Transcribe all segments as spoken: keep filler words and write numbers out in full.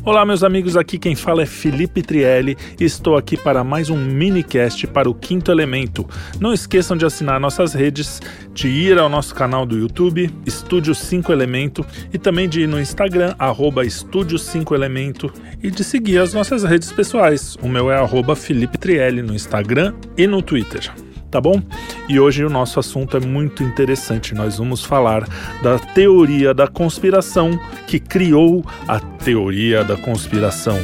Olá, meus amigos, aqui quem fala é Felipe Trielli e estou aqui para mais um minicast para o Quinto Elemento. Não esqueçam de assinar nossas redes, de ir ao nosso canal do YouTube, Estúdio cinco Elemento, e também de ir no Instagram, arroba Estúdio cinco Elemento, e de seguir as nossas redes pessoais. O meu é arroba Felipe Trielli no Instagram e no Twitter. Tá bom? E hoje o nosso assunto é muito interessante. Nós vamos falar da teoria da conspiração que criou a teoria da conspiração.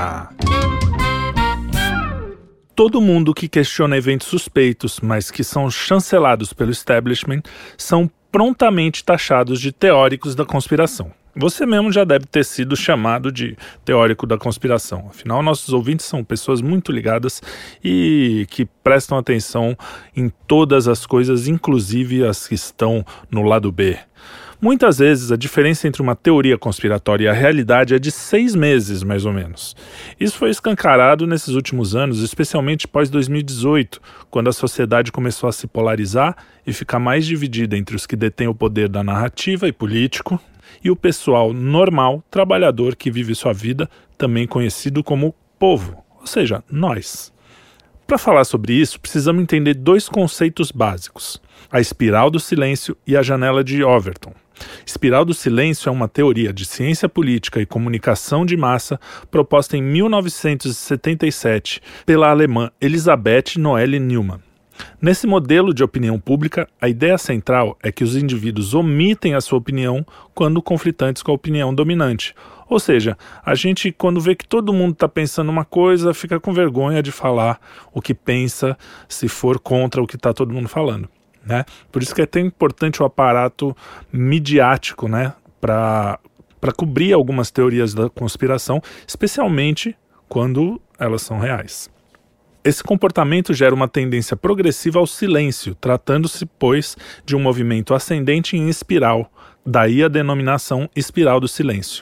Todo mundo que questiona eventos suspeitos, mas que são chancelados pelo establishment, são prontamente taxados de teóricos da conspiração. Você mesmo já deve ter sido chamado de teórico da conspiração. Afinal, nossos ouvintes são pessoas muito ligadas e que prestam atenção em todas as coisas, inclusive as que estão no lado B. Muitas vezes, a diferença entre uma teoria conspiratória e a realidade é de seis meses, mais ou menos. Isso foi escancarado nesses últimos anos, especialmente pós dois mil e dezoito, quando a sociedade começou a se polarizar e ficar mais dividida entre os que detêm o poder da narrativa e político, e o pessoal normal, trabalhador que vive sua vida, também conhecido como povo, ou seja, nós. Para falar sobre isso, precisamos entender dois conceitos básicos: a espiral do silêncio e a janela de Overton. Espiral do silêncio é uma teoria de ciência política e comunicação de massa proposta em mil novecentos e setenta e sete pela alemã Elisabeth Noelle Neumann. Nesse modelo de opinião pública, a ideia central é que os indivíduos omitem a sua opinião quando conflitantes com a opinião dominante. Ou seja, a gente, quando vê que todo mundo está pensando uma coisa, fica com vergonha de falar o que pensa se for contra o que está todo mundo falando, né? Por isso que é tão importante o aparato midiático, né, para para cobrir algumas teorias da conspiração, especialmente quando elas são reais. Esse comportamento gera uma tendência progressiva ao silêncio, tratando-se, pois, de um movimento ascendente em espiral, daí a denominação espiral do silêncio.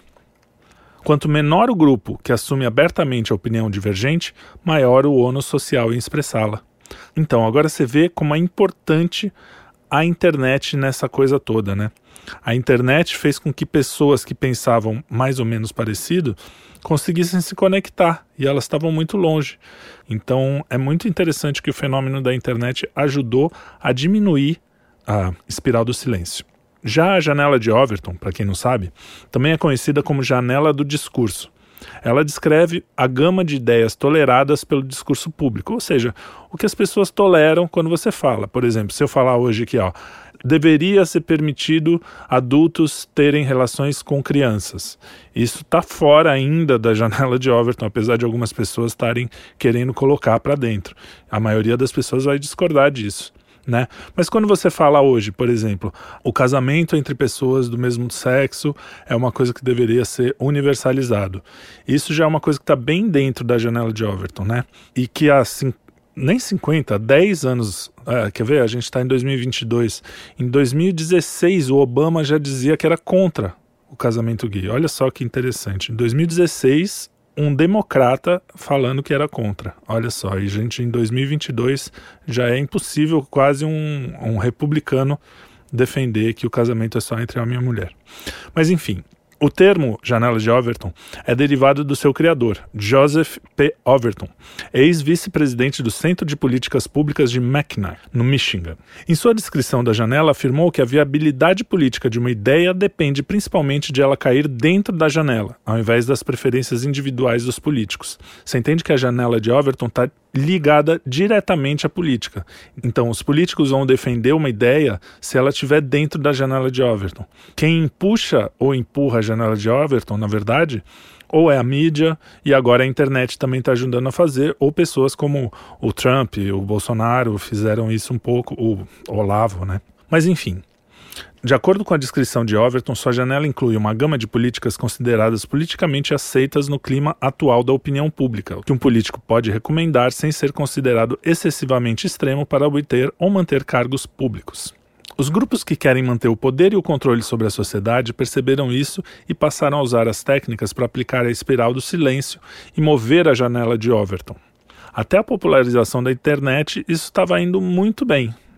Quanto menor o grupo que assume abertamente a opinião divergente, maior o ônus social em expressá-la. Então, agora você vê como é importante a internet nessa coisa toda, né? A internet fez com que pessoas que pensavam mais ou menos parecido conseguissem se conectar, e elas estavam muito longe. Então é muito interessante que o fenômeno da internet ajudou a diminuir a espiral do silêncio. Já a janela de Overton, para quem não sabe, também é conhecida como janela do discurso. Ela descreve a gama de ideias toleradas pelo discurso público, ou seja, o que as pessoas toleram quando você fala. Por exemplo, se eu falar hoje aqui, ó, deveria ser permitido adultos terem relações com crianças. Isso está fora ainda da janela de Overton, apesar de algumas pessoas estarem querendo colocar para dentro. A maioria das pessoas vai discordar disso, né? Mas quando você fala hoje, por exemplo, o casamento entre pessoas do mesmo sexo é uma coisa que deveria ser universalizado. Isso já é uma coisa que está bem dentro da janela de Overton, né? E que há cinco nem cinquenta, dez anos, é, quer ver? A gente está em dois mil e vinte e dois. Em dois mil e dezesseis, o Obama já dizia que era contra o casamento gay. Olha só que interessante. Em dois mil e dezesseis, um democrata falando que era contra. Olha só, e gente, em dois mil e vinte e dois já é impossível quase um, um republicano defender que o casamento é só entre homem e mulher. Mas enfim, o termo janela de Overton é derivado do seu criador, Joseph P. Overton, ex-vice-presidente do Centro de Políticas Públicas de Mackinac, no Michigan. Em sua descrição da janela, afirmou que a viabilidade política de uma ideia depende principalmente de ela cair dentro da janela, ao invés das preferências individuais dos políticos. Você entende que a janela de Overton está ligada diretamente à política. Então, os políticos vão defender uma ideia se ela estiver dentro da janela de Overton. Quem puxa ou empurra a janela de Overton, na verdade, ou é a mídia, e agora a internet também está ajudando a fazer, ou pessoas como o Trump, o Bolsonaro fizeram isso um pouco, o Olavo, né? Mas enfim, de acordo com a descrição de Overton, sua janela inclui uma gama de políticas consideradas politicamente aceitas no clima atual da opinião pública, que um político pode recomendar sem ser considerado excessivamente extremo para obter ou manter cargos públicos. Os grupos que querem manter o poder e o controle sobre a sociedade perceberam isso e passaram a usar as técnicas para aplicar a espiral do silêncio e mover a janela de Overton. Até a popularização da internet, isso estava indo muito bem,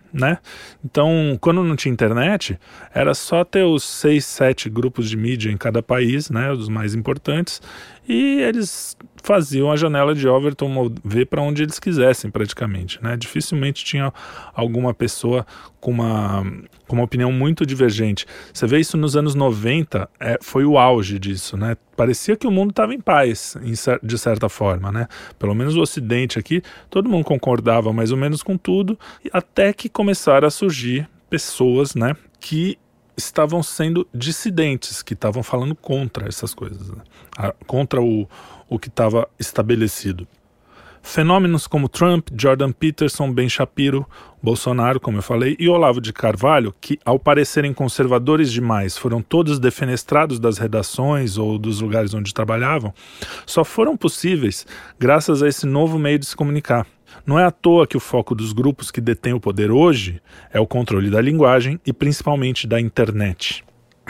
né? Então, quando não tinha internet, era só ter os seis, sete grupos de mídia em cada país, né? Os mais importantes, e eles faziam a janela de Overton mover para onde eles quisessem, praticamente, né? Dificilmente tinha alguma pessoa com uma, com uma opinião muito divergente. Você vê isso nos anos noventa, é, foi o auge disso, né? Parecia que o mundo estava em paz, em, de certa forma, né? Pelo menos o Ocidente aqui, todo mundo concordava mais ou menos com tudo, até que começaram a surgir pessoas, né, que estavam sendo dissidentes, que estavam falando contra essas coisas, né? Contra o, o que estava estabelecido. Fenômenos como Trump, Jordan Peterson, Ben Shapiro, Bolsonaro, como eu falei, e Olavo de Carvalho, que ao parecerem conservadores demais foram todos defenestrados das redações ou dos lugares onde trabalhavam, só foram possíveis graças a esse novo meio de se comunicar. Não é à toa que o foco dos grupos que detêm o poder hoje é o controle da linguagem e principalmente da internet.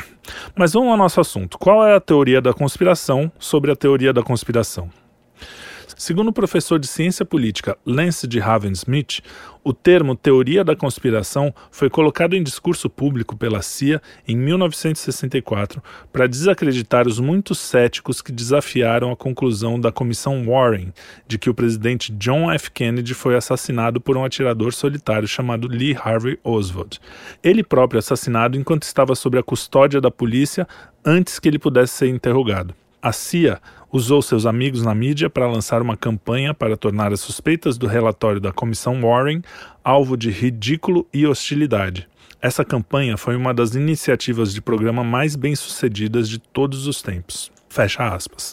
Mas vamos ao nosso assunto. Qual é a teoria da conspiração sobre a teoria da conspiração? Segundo o professor de ciência política Lance de Haven-Smith, o termo teoria da conspiração foi colocado em discurso público pela C I A em mil novecentos e sessenta e quatro para desacreditar os muitos céticos que desafiaram a conclusão da Comissão Warren de que o presidente John F. Kennedy foi assassinado por um atirador solitário chamado Lee Harvey Oswald. Ele próprio assassinado enquanto estava sob a custódia da polícia antes que ele pudesse ser interrogado. A C I A usou seus amigos na mídia para lançar uma campanha para tornar as suspeitas do relatório da Comissão Warren alvo de ridículo e hostilidade. Essa campanha foi uma das iniciativas de programa mais bem-sucedidas de todos os tempos. Fecha aspas.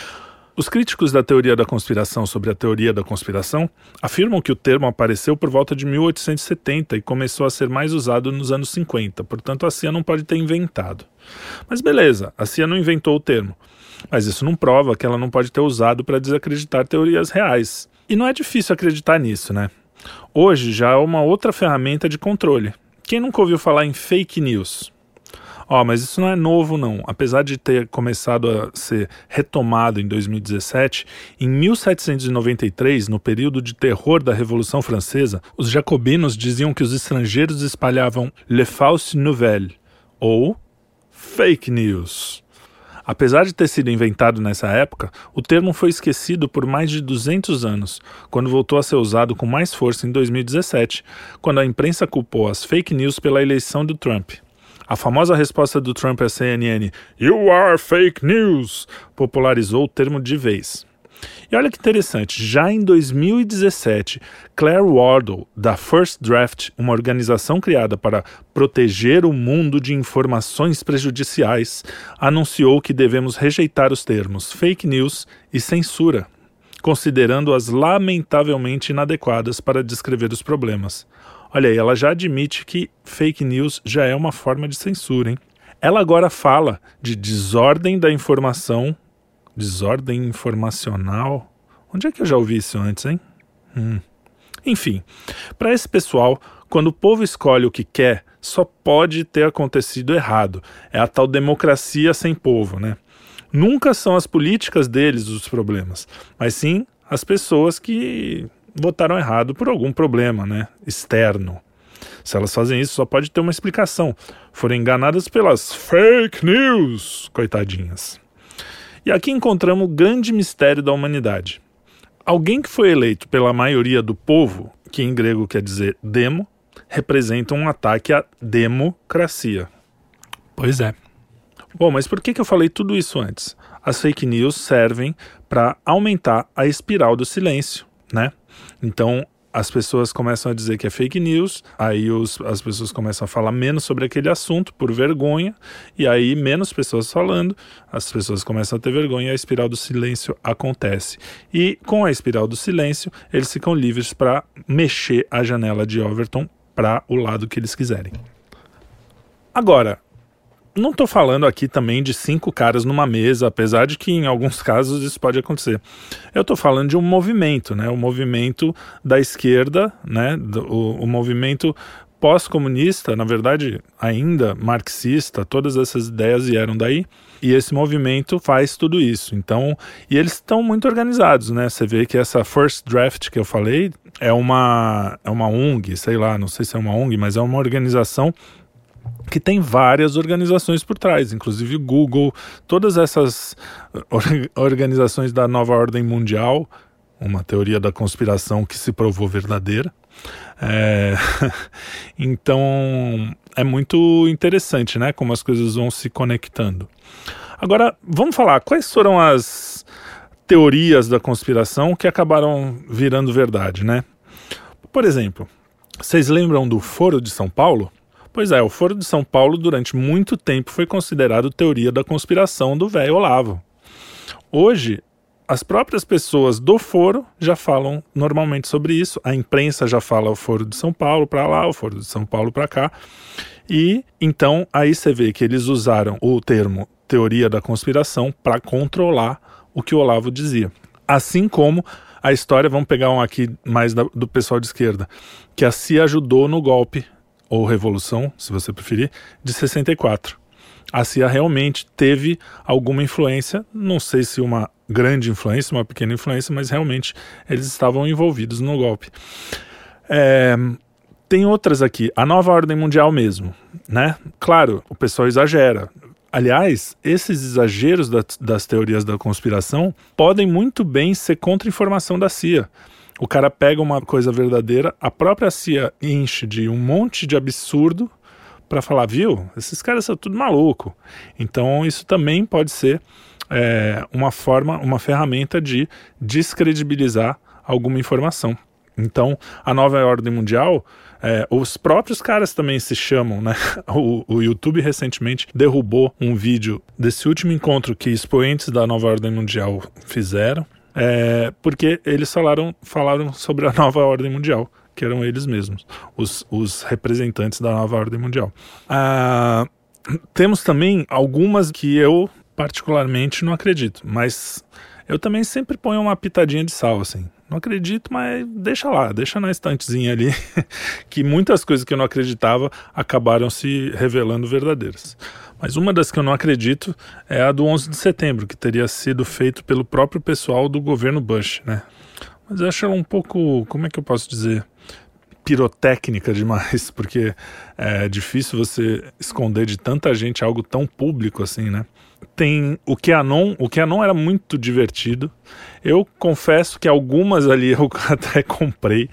Os críticos da teoria da conspiração sobre a teoria da conspiração afirmam que o termo apareceu por volta de mil oitocentos e setenta e começou a ser mais usado nos anos cinquenta, portanto a C I A não pode ter inventado. Mas beleza, a C I A não inventou o termo. Mas isso não prova que ela não pode ter usado para desacreditar teorias reais. E não é difícil acreditar nisso, né? Hoje já é uma outra ferramenta de controle. Quem nunca ouviu falar em fake news? Ó, oh, mas isso não é novo não. Apesar de ter começado a ser retomado em dois mil e dezessete, em mil setecentos e noventa e três, no período de terror da Revolução Francesa, os jacobinos diziam que os estrangeiros espalhavam les fausses nouvelles, ou fake news. Apesar de ter sido inventado nessa época, o termo foi esquecido por mais de duzentos anos, quando voltou a ser usado com mais força em dois mil e dezessete, quando a imprensa culpou as fake news pela eleição do Trump. A famosa resposta do Trump à C N N, "You are fake news", popularizou o termo de vez. E olha que interessante, já em dois mil e dezessete, Claire Wardle, da First Draft, uma organização criada para proteger o mundo de informações prejudiciais, anunciou que devemos rejeitar os termos fake news e censura, considerando-as lamentavelmente inadequadas para descrever os problemas. Olha aí, ela já admite que fake news já é uma forma de censura, hein? Ela agora fala de desordem da informação. Desordem informacional? Onde é que eu já ouvi isso antes, hein? Hum. Enfim, para esse pessoal, quando o povo escolhe o que quer, só pode ter acontecido errado. É a tal democracia sem povo, né? Nunca são as políticas deles os problemas, mas sim as pessoas que votaram errado por algum problema, né, externo. Se elas fazem isso, só pode ter uma explicação. Foram enganadas pelas fake news, coitadinhas. E aqui encontramos o grande mistério da humanidade. Alguém que foi eleito pela maioria do povo, que em grego quer dizer demo, representa um ataque à democracia. Pois é. Bom, mas por que que eu falei tudo isso antes? As fake news servem para aumentar a espiral do silêncio, né? Então, as pessoas começam a dizer que é fake news, aí os, as pessoas começam a falar menos sobre aquele assunto por vergonha, e aí menos pessoas falando, as pessoas começam a ter vergonha e a espiral do silêncio acontece. E com a espiral do silêncio, eles ficam livres para mexer a janela de Overton para o lado que eles quiserem. Agora, não estou falando aqui também de cinco caras numa mesa, apesar de que em alguns casos isso pode acontecer. Eu estou falando de um movimento, né? O movimento da esquerda, né? o, o movimento pós-comunista, na verdade ainda marxista, todas essas ideias vieram daí, E esse movimento faz tudo isso. Então, e eles estão muito organizados, né? Você vê que essa First Draft que eu falei é uma, é uma O N G, sei lá, não sei se é uma O N G, mas é uma organização que tem várias organizações por trás, inclusive o Google, todas essas or- organizações da nova ordem mundial, uma teoria da conspiração que se provou verdadeira. É... Então, é muito interessante, né, como as coisas vão se conectando. Agora, vamos falar, quais foram as teorias da conspiração que acabaram virando verdade, né? Por exemplo, vocês lembram do Foro de São Paulo? Pois é, o Foro de São Paulo durante muito tempo foi considerado teoria da conspiração do velho Olavo. Hoje, as próprias pessoas do Foro já falam normalmente sobre isso, a imprensa já fala o Foro de São Paulo para lá, o Foro de São Paulo para cá, e então aí você vê que eles usaram o termo teoria da conspiração para controlar o que o Olavo dizia. Assim como a história, vamos pegar um aqui mais da, do pessoal de esquerda, que a C I A ajudou no golpe, ou revolução, se você preferir, de sessenta e quatro. A C I A realmente teve alguma influência, não sei se uma grande influência, uma pequena influência, mas realmente eles estavam envolvidos no golpe. É, tem outras aqui, a nova ordem mundial mesmo, né? Claro, o pessoal exagera. Aliás, esses exageros das, das teorias da conspiração podem muito bem ser contra-informação da C I A. O cara pega uma coisa verdadeira, a própria C I A enche de um monte de absurdo para falar, viu, esses caras são tudo maluco. Então isso também pode ser é, uma forma, uma ferramenta de descredibilizar alguma informação. Então, a nova ordem mundial, é, os próprios caras também se chamam, né? O, o YouTube recentemente derrubou um vídeo desse último encontro que expoentes da nova ordem mundial fizeram, é, porque eles falaram, falaram sobre a nova ordem mundial, que eram eles mesmos, os, os representantes da nova ordem mundial. Ah, temos também algumas que eu particularmente não acredito, mas eu também sempre ponho uma pitadinha de sal, assim. Não acredito, mas deixa lá, deixa na estantezinha ali, que muitas coisas que eu não acreditava acabaram se revelando verdadeiras. Mas uma das que eu não acredito é a do onze de setembro, que teria sido feito pelo próprio pessoal do governo Bush, né? Mas eu acho ela um pouco, como é que eu posso dizer, pirotécnica demais, porque é difícil você esconder de tanta gente algo tão público assim, né? Tem o QAnon, o QAnon era muito divertido. Eu confesso que algumas ali eu até comprei,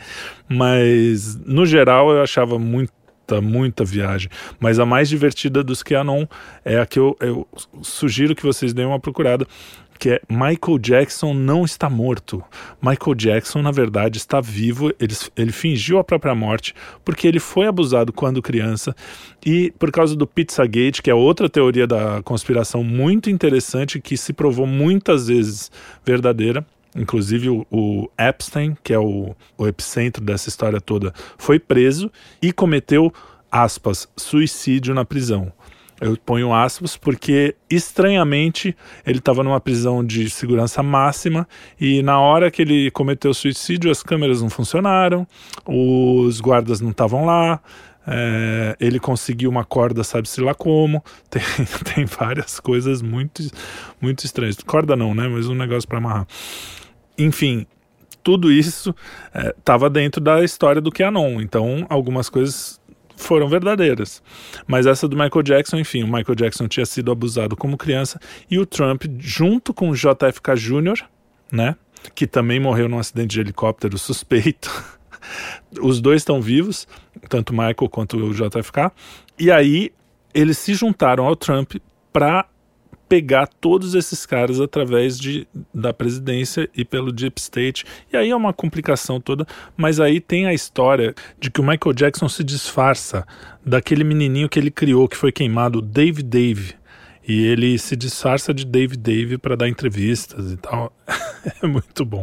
mas no geral eu achava muita, muita viagem. Mas a mais divertida dos QAnon é a que eu, eu sugiro que vocês deem uma procurada, que é Michael Jackson não está morto. Michael Jackson, na verdade, está vivo, ele, ele fingiu a própria morte, porque ele foi abusado quando criança, e por causa do Pizzagate, que é outra teoria da conspiração muito interessante, que se provou muitas vezes verdadeira, inclusive o, o Epstein, que é o, o epicentro dessa história toda, foi preso e cometeu, aspas, suicídio na prisão. Eu ponho aspas porque, estranhamente, ele estava numa prisão de segurança máxima e na hora que ele cometeu o suicídio as câmeras não funcionaram, os guardas não estavam lá, é, ele conseguiu uma corda, sabe-se lá como, tem, tem várias coisas muito, muito estranhas. Corda não, né? Mas um negócio para amarrar. Enfim, tudo isso estava é, dentro da história do QAnon, então algumas coisas foram verdadeiras. Mas essa do Michael Jackson, enfim, o Michael Jackson tinha sido abusado como criança e o Trump, junto com o J F K Júnior, né, que também morreu num acidente de helicóptero suspeito, os dois estão vivos, tanto o Michael quanto o J F K, e aí eles se juntaram ao Trump para pegar todos esses caras através de, da presidência e pelo Deep State. E aí é uma complicação toda, mas aí tem a história de que o Michael Jackson se disfarça daquele menininho que ele criou, que foi queimado, Dave Dave. E ele se disfarça de Dave Dave para dar entrevistas e tal. É muito bom.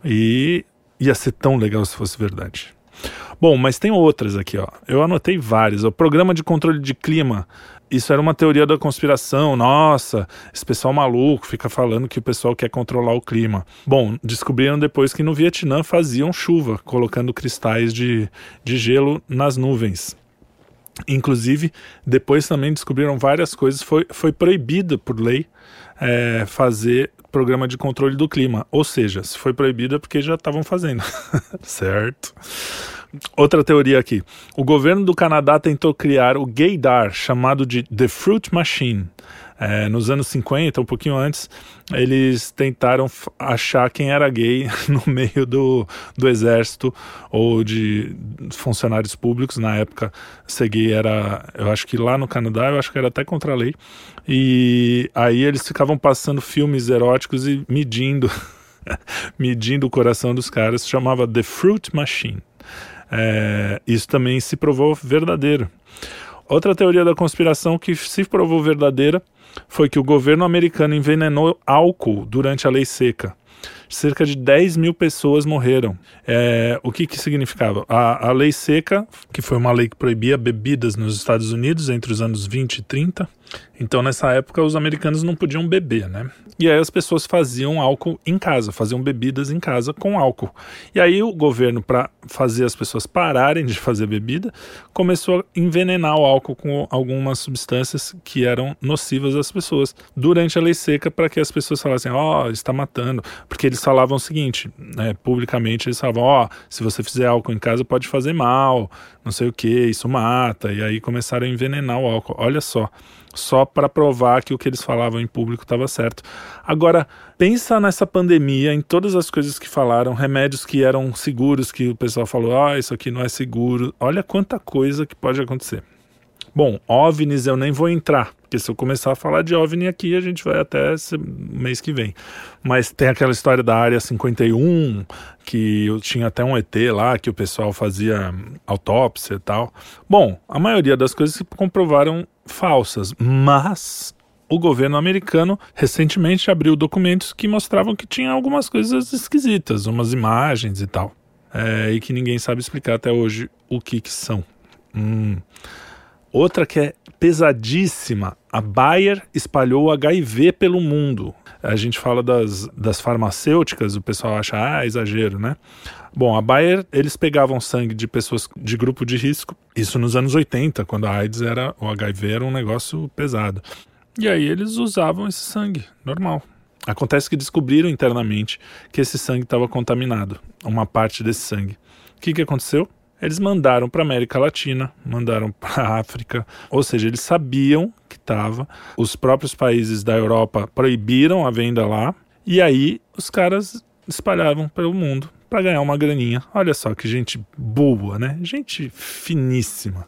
E ia ser tão legal se fosse verdade. Bom, mas tem outras aqui, ó. Eu anotei várias. O Programa de Controle de Clima. Isso era uma teoria da conspiração. Nossa, esse pessoal maluco fica falando que o pessoal quer controlar o clima. Bom, descobriram depois que no Vietnã faziam chuva, colocando cristais de, de gelo nas nuvens. Inclusive, depois também descobriram várias coisas. Foi, foi proibido por lei é, fazer programa de controle do clima. Ou seja, se foi proibido é porque já estavam fazendo. Certo? Outra teoria aqui. O governo do Canadá tentou criar o gaydar, chamado de The Fruit Machine. É, nos anos cinquenta, um pouquinho antes, eles tentaram f- achar quem era gay no meio do, do exército ou de funcionários públicos. Na época, ser gay era, eu acho que lá no Canadá, eu acho que era até contra a lei. E aí eles ficavam passando filmes eróticos e medindo, medindo o coração dos caras. Se chamava The Fruit Machine. É, isso também se provou verdadeiro. Outra teoria da conspiração que se provou verdadeira foi que o governo americano envenenou álcool durante a lei seca. Cerca de dez mil pessoas morreram. É, o que que significava? A, a lei seca, que foi uma lei que proibia bebidas nos Estados Unidos entre os anos vinte e trinta. Então, nessa época, os americanos não podiam beber, né? E aí as pessoas faziam álcool em casa, faziam bebidas em casa com álcool. E aí o governo, para fazer as pessoas pararem de fazer bebida, começou a envenenar o álcool com algumas substâncias que eram nocivas às pessoas durante a lei seca, para que as pessoas falassem, ó, oh, está matando. Porque eles falavam o seguinte, né, publicamente eles falavam, ó, oh, se você fizer álcool em casa pode fazer mal, não sei o que, isso mata. E aí começaram a envenenar o álcool. Olha só. Só para provar que o que eles falavam em público estava certo. Agora, pensa nessa pandemia, em todas as coisas que falaram, remédios que eram seguros, que o pessoal falou, ah, isso aqui não é seguro. Olha quanta coisa que pode acontecer. Bom, OVNIs eu nem vou entrar, porque se eu começar a falar de OVNI aqui, a gente vai até esse mês que vem. Mas tem aquela história da Área cinquenta e um, que eu tinha até um E T lá, que o pessoal fazia autópsia e tal. Bom, a maioria das coisas se comprovaram falsas, mas o governo americano recentemente abriu documentos que mostravam que tinha algumas coisas esquisitas, umas imagens e tal, é, e que ninguém sabe explicar até hoje o que que são. Hum... Outra que é pesadíssima, a Bayer espalhou o H I V pelo mundo. A gente fala das, das farmacêuticas, o pessoal acha, ah, exagero, né? Bom, a Bayer, eles pegavam sangue de pessoas de grupo de risco, isso nos anos oitenta, quando a AIDS era, o H I V era um negócio pesado. E aí eles usavam esse sangue, normal. Acontece que descobriram internamente que esse sangue estava contaminado, uma parte desse sangue. O que que aconteceu? Eles mandaram para a América Latina, mandaram para a África, ou seja, eles sabiam que estava. Os próprios países da Europa proibiram a venda lá, e aí os caras espalhavam pelo mundo para ganhar uma graninha. Olha só que gente boa, né? Gente finíssima.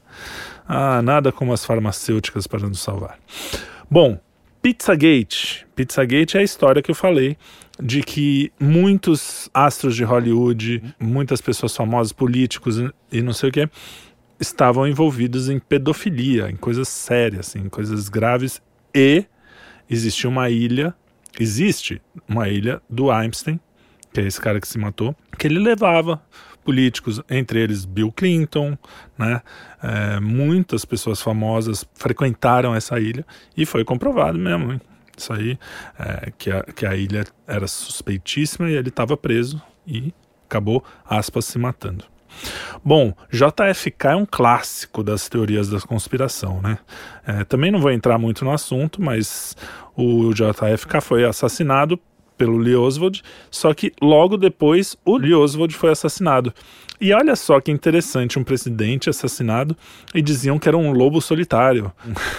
Ah, nada como as farmacêuticas para nos salvar. Bom, Pizzagate. Pizzagate é a história que eu falei, de que muitos astros de Hollywood, muitas pessoas famosas, políticos e não sei o que, estavam envolvidos em pedofilia, em coisas sérias, em coisas graves. E existe uma ilha, existe uma ilha do Epstein, que é esse cara que se matou, que ele levava políticos, entre eles Bill Clinton, né? É, muitas pessoas famosas frequentaram essa ilha e foi comprovado mesmo, hein? Isso aí, é, que, a, que a ilha era suspeitíssima e ele estava preso e acabou, aspas, se matando. Bom, J F K é um clássico das teorias da conspiração, né? É, também não vou entrar muito no assunto, mas o J F K foi assassinado pelo Lee Oswald, só que logo depois o Lee Oswald foi assassinado. E olha só que interessante, um presidente assassinado e diziam que era um lobo solitário.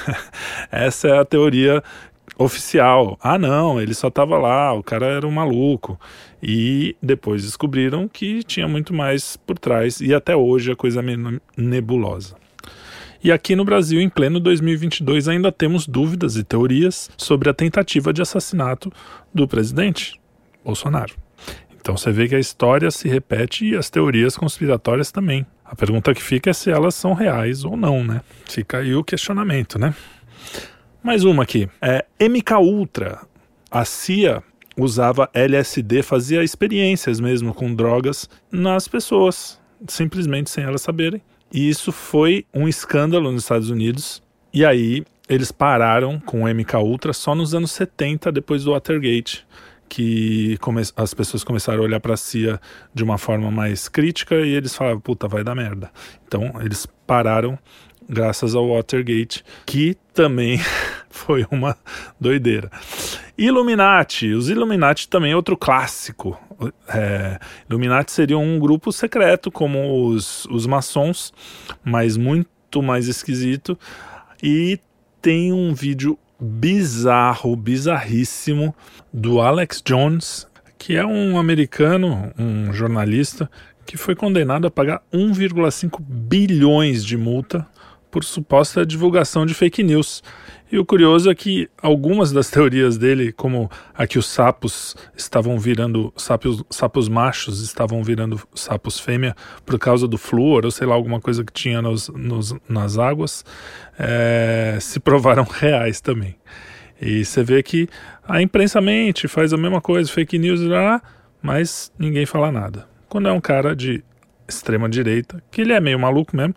Essa é a teoria oficial. Ah não, ele só estava lá, o cara era um maluco. E depois descobriram que tinha muito mais por trás, e até hoje a coisa é meio nebulosa. E aqui no Brasil, em pleno dois mil e vinte e dois, ainda temos dúvidas e teorias sobre a tentativa de assassinato do presidente Bolsonaro. Então você vê que a história se repete e as teorias conspiratórias também. A pergunta que fica é se elas são reais ou não, né? Fica aí o questionamento, né? Mais uma aqui. É M K Ultra. A C I A usava L S D, fazia experiências mesmo com drogas nas pessoas, simplesmente sem elas saberem. E isso foi um escândalo nos Estados Unidos. E aí eles pararam com o M K Ultra só nos anos setenta, depois do Watergate, que come- as pessoas começaram a olhar para a C I A de uma forma mais crítica e eles falavam, puta, vai dar merda. Então eles pararam graças ao Watergate, que também foi uma doideira. Illuminati. Os Illuminati também é outro clássico. É, Illuminati seria um grupo secreto, como os, os maçons, mas muito mais esquisito. E tem um vídeo bizarro, bizarríssimo, do Alex Jones, que é um americano, um jornalista, que foi condenado a pagar um vírgula cinco bilhões de multa por suposta divulgação de fake news. E o curioso é que algumas das teorias dele, como a que os sapos estavam virando, sapos, sapos machos estavam virando sapos fêmea por causa do flúor, ou sei lá, alguma coisa que tinha nos, nos, nas águas, é, se provaram reais também. E você vê que a imprensa mente, faz a mesma coisa, fake news lá, mas ninguém fala nada. Quando é um cara de extrema direita, que ele é meio maluco mesmo,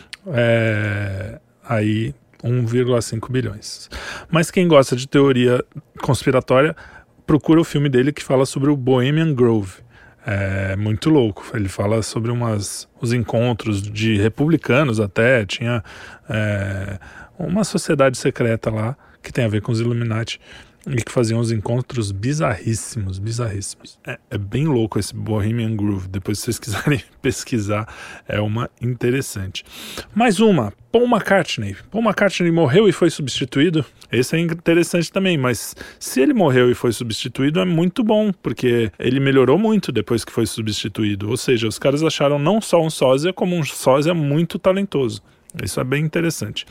é, aí um vírgula cinco bilhões. Mas quem gosta de teoria conspiratória, procura o filme dele que fala sobre o Bohemian Grove. É muito louco. Ele fala sobre umas, os encontros de republicanos até, tinha é, uma sociedade secreta lá que tem a ver com os Illuminati e que faziam uns encontros bizarríssimos, bizarríssimos. É, é bem louco esse Bohemian Grove. Depois, se vocês quiserem pesquisar, é uma interessante. Mais uma, Paul McCartney. Paul McCartney morreu e foi substituído. Esse é interessante também, mas se ele morreu e foi substituído, é muito bom, porque ele melhorou muito depois que foi substituído. Ou seja, os caras acharam não só um sósia, como um sósia muito talentoso. Isso é bem interessante.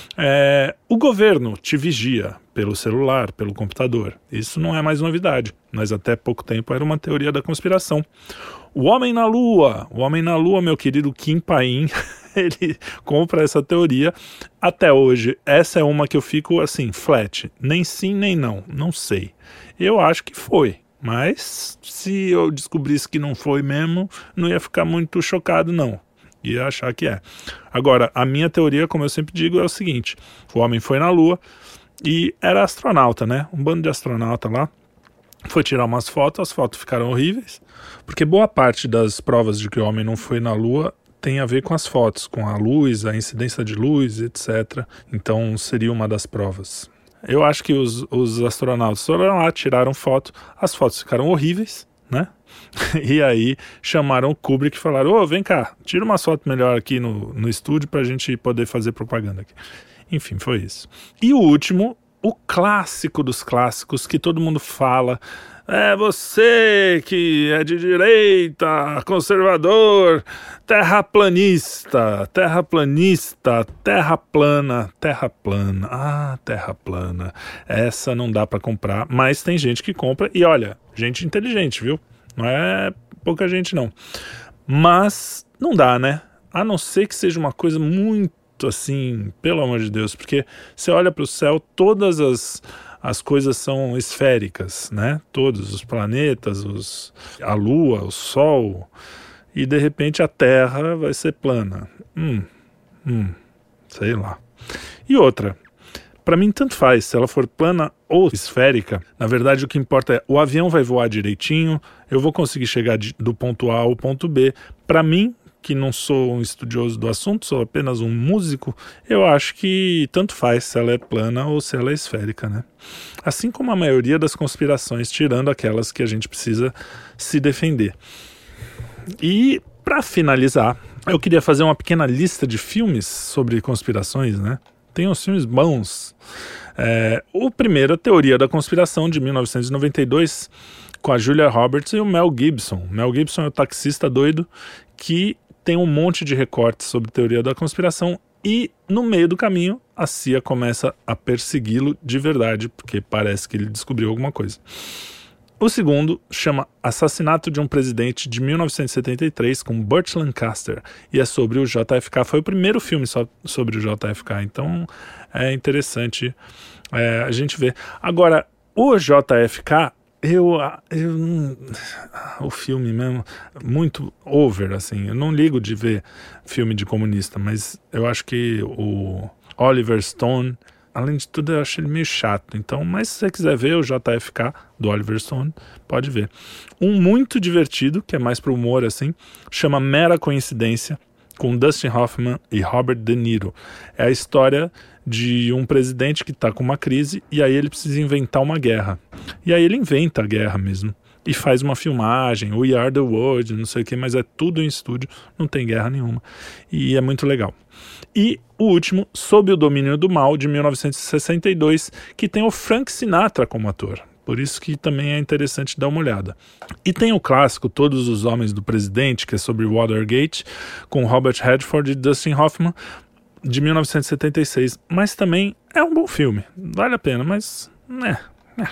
É, o governo te vigia pelo celular, pelo computador. Isso não é mais novidade, mas até pouco tempo era uma teoria da conspiração. O Homem na Lua. O Homem na Lua, meu querido Kim Paim, ele compra essa teoria. Até hoje, essa é uma que eu fico assim, flat. Nem sim, nem não. Não sei. Eu acho que foi. Mas se eu descobrisse que não foi mesmo, não ia ficar muito chocado, não. Ia achar que é. Agora, a minha teoria, como eu sempre digo, é o seguinte: o homem foi na Lua e era astronauta, né? Um bando de astronauta lá. Foi tirar umas fotos, as fotos ficaram horríveis, porque boa parte das provas de que o homem não foi na Lua tem a ver com as fotos, com a luz, a incidência de luz, etcétera. Então, seria uma das provas. Eu acho que os, os astronautas foram lá, tiraram foto, as fotos ficaram horríveis, né? E aí chamaram o Kubrick e falaram: ô, vem cá, tira uma foto melhor aqui no, no estúdio pra gente poder fazer propaganda aqui. Enfim, foi isso. E o último, o clássico dos clássicos, que todo mundo fala: é você que é de direita, conservador, terraplanista, terraplanista, terra plana, terra plana, ah, terra plana. Essa não dá pra comprar, mas tem gente que compra e olha, gente inteligente, viu? Não é pouca gente, não. Mas não dá, né? A não ser que seja uma coisa muito assim, pelo amor de Deus, porque você olha para o céu, todas as, as coisas são esféricas, né? Todos os planetas, os, a Lua, o Sol, e de repente a Terra vai ser plana. Hum, hum, sei lá. E outra, para mim tanto faz, se ela for plana ou esférica, na verdade o que importa é o avião vai voar direitinho, eu vou conseguir chegar de, do ponto A ao ponto B. Para mim, que não sou um estudioso do assunto, sou apenas um músico, eu acho que tanto faz se ela é plana ou se ela é esférica, né? Assim como a maioria das conspirações, tirando aquelas que a gente precisa se defender. E para finalizar, eu queria fazer uma pequena lista de filmes sobre conspirações, né? Tem uns filmes bons. É, o primeiro, a Teoria da Conspiração, de mil novecentos e noventa e dois, com a Julia Roberts e o Mel Gibson. Mel Gibson é o taxista doido que tem um monte de recortes sobre Teoria da Conspiração e, no meio do caminho, a C I A começa a persegui-lo de verdade, porque parece que ele descobriu alguma coisa. O segundo chama Assassinato de um Presidente, de mil novecentos e setenta e três, com Burt Lancaster, e é sobre o J F K. Foi o primeiro filme só sobre o J F K, então é interessante é, a gente ver. Agora, o J F K, eu, eu o filme mesmo, muito over, assim, eu não ligo de ver filme de comunista, mas eu acho que o Oliver Stone, além de tudo, eu acho ele meio chato. Então, mas se você quiser ver o J F K do Oliver Stone, pode ver. Um muito divertido, que é mais pro humor, assim, chama Mera Coincidência, com Dustin Hoffman e Robert De Niro. É a história de um presidente que está com uma crise e aí ele precisa inventar uma guerra. E aí ele inventa a guerra mesmo. E faz uma filmagem, We Are The World, não sei o que, mas é tudo em estúdio, não tem guerra nenhuma. E é muito legal. E o último, Sob o Domínio do Mal, de mil novecentos e sessenta e dois, que tem o Frank Sinatra como ator. Por isso que também é interessante dar uma olhada. E tem o clássico Todos os Homens do Presidente, que é sobre Watergate, com Robert Redford e Dustin Hoffman, de mil novecentos e setenta e seis. Mas também é um bom filme. Vale a pena, mas... né, né.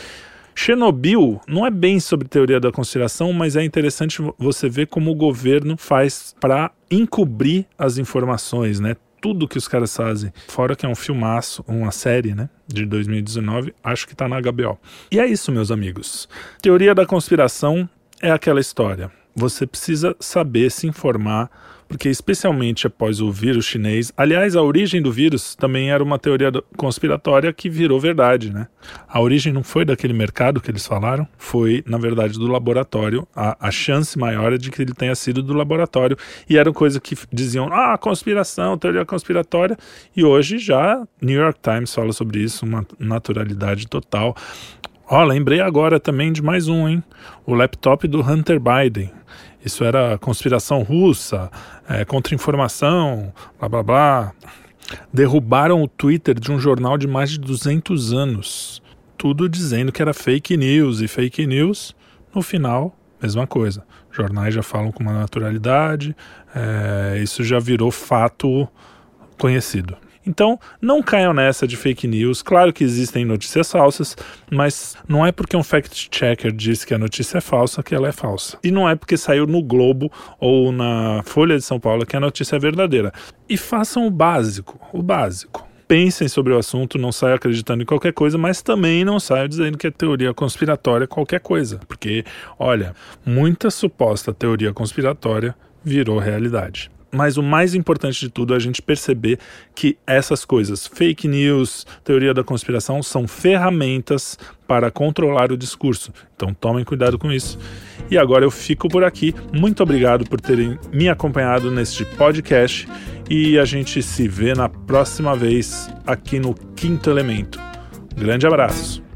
Chernobyl não é bem sobre teoria da conspiração, mas é interessante você ver como o governo faz para encobrir as informações, né? Tudo que os caras fazem. Fora que é um filmaço, uma série, né? De dois mil e dezenove, acho que tá na H B O. E é isso, meus amigos. Teoria da conspiração é aquela história. Você precisa saber se informar, porque especialmente após o vírus chinês, aliás, a origem do vírus também era uma teoria conspiratória que virou verdade, né? A origem não foi daquele mercado que eles falaram, foi, na verdade, do laboratório. A, a chance maior é de que ele tenha sido do laboratório, e era coisa que diziam, ah, conspiração, teoria conspiratória, e hoje já New York Times fala sobre isso, uma naturalidade total. Ó, oh, lembrei agora também de mais um, hein? O laptop do Hunter Biden. Isso era conspiração russa, é, contra-informação, blá blá blá. Derrubaram o Twitter de um jornal de mais de duzentos anos. Tudo dizendo que era fake news. E fake news, no final, mesma coisa. Jornais já falam com uma naturalidade, é, isso já virou fato conhecido. Então, não caiam nessa de fake news. Claro que existem notícias falsas, mas não é porque um fact-checker diz que a notícia é falsa que ela é falsa. E não é porque saiu no Globo ou na Folha de São Paulo que a notícia é verdadeira. E façam o básico, o básico. Pensem sobre o assunto, não saiam acreditando em qualquer coisa, mas também não saiam dizendo que é teoria conspiratória qualquer coisa. Porque, olha, muita suposta teoria conspiratória virou realidade. Mas o mais importante de tudo é a gente perceber que essas coisas, fake news, teoria da conspiração, são ferramentas para controlar o discurso. Então tomem cuidado com isso. E agora eu fico por aqui. Muito obrigado por terem me acompanhado neste podcast e a gente se vê na próxima vez aqui no Quinto Elemento. Grande abraço!